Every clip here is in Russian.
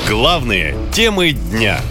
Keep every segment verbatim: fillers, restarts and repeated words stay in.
Главные темы дня.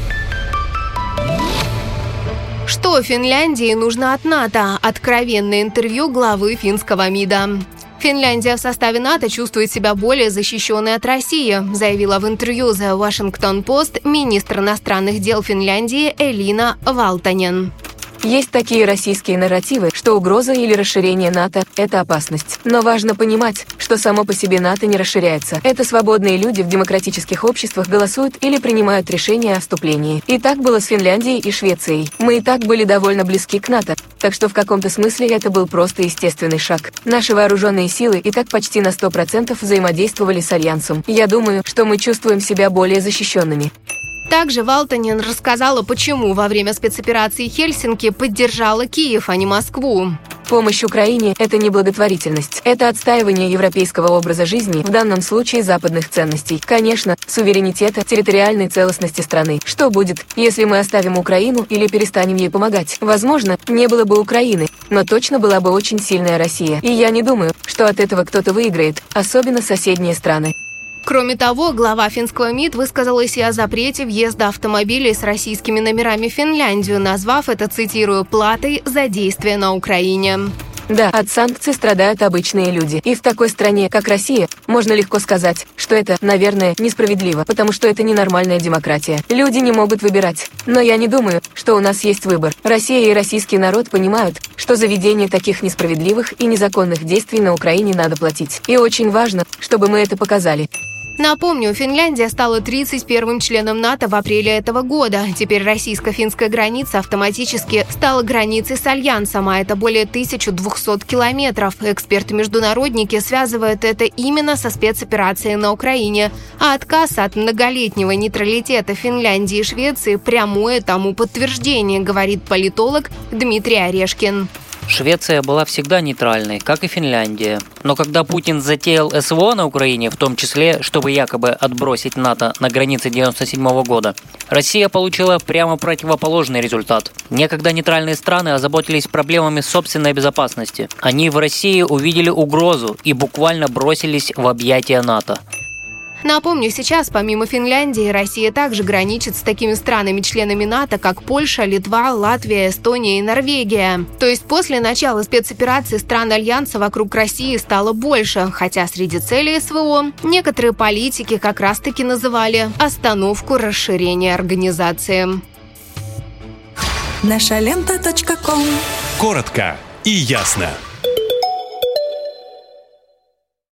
Что Финляндии нужно от НАТО? Откровенное интервью главы финского МИДа. Финляндия в составе НАТО чувствует себя более защищенной от России, заявила в интервью The Washington Post министр иностранных дел Финляндии Элина Валтанен. Есть такие российские нарративы, что угроза или расширение НАТО – это опасность. Но важно понимать, что само по себе НАТО не расширяется. Это свободные люди в демократических обществах голосуют или принимают решения о вступлении. И так было с Финляндией и Швецией. Мы и так были довольно близки к НАТО. Так что в каком-то смысле это был просто естественный шаг. Наши вооруженные силы и так почти на сто процентов взаимодействовали с Альянсом. Я думаю, что мы чувствуем себя более защищенными. Также Валтанен рассказала, почему во время спецоперации Хельсинки поддержала Киев, а не Москву. Помощь Украине – это не благотворительность. Это отстаивание европейского образа жизни, в данном случае западных ценностей. Конечно, суверенитета, территориальной целостности страны. Что будет, если мы оставим Украину или перестанем ей помогать? Возможно, не было бы Украины, но точно была бы очень сильная Россия. И я не думаю, что от этого кто-то выиграет, особенно соседние страны. Кроме того, глава финского МИД высказалась и о запрете въезда автомобилей с российскими номерами в Финляндию, назвав это, цитирую, «платой за действия на Украине». Да, от санкций страдают обычные люди. И в такой стране, как Россия, можно легко сказать, что это, наверное, несправедливо, потому что это ненормальная демократия. Люди не могут выбирать. Но я не думаю, что у нас есть выбор. Россия и российский народ понимают, что за ведение таких несправедливых и незаконных действий на Украине надо платить. И очень важно, чтобы мы это показали. Напомню, Финляндия стала тридцать первым членом НАТО в апреле этого года. Теперь российско-финская граница автоматически стала границей с Альянсом, а это более тысячи двухсот километров. Эксперты-международники связывают это именно со спецоперацией на Украине. А отказ от многолетнего нейтралитета Финляндии и Швеции – прямое тому подтверждение, говорит политолог Дмитрий Орешкин. Швеция была всегда нейтральной, как и Финляндия. Но когда Путин затеял СВО на Украине, в том числе, чтобы якобы отбросить НАТО на границе девяносто седьмого года, Россия получила прямо противоположный результат. Некогда нейтральные страны озаботились проблемами собственной безопасности. Они в России увидели угрозу и буквально бросились в объятия НАТО. Напомню, сейчас помимо Финляндии Россия также граничит с такими странами-членами НАТО, как Польша, Литва, Латвия, Эстония и Норвегия. То есть после начала спецоперации стран Альянса вокруг России стало больше, хотя среди целей СВО некоторые политики как раз-таки называли остановку расширения организации. наша лента точка ком. Коротко и ясно.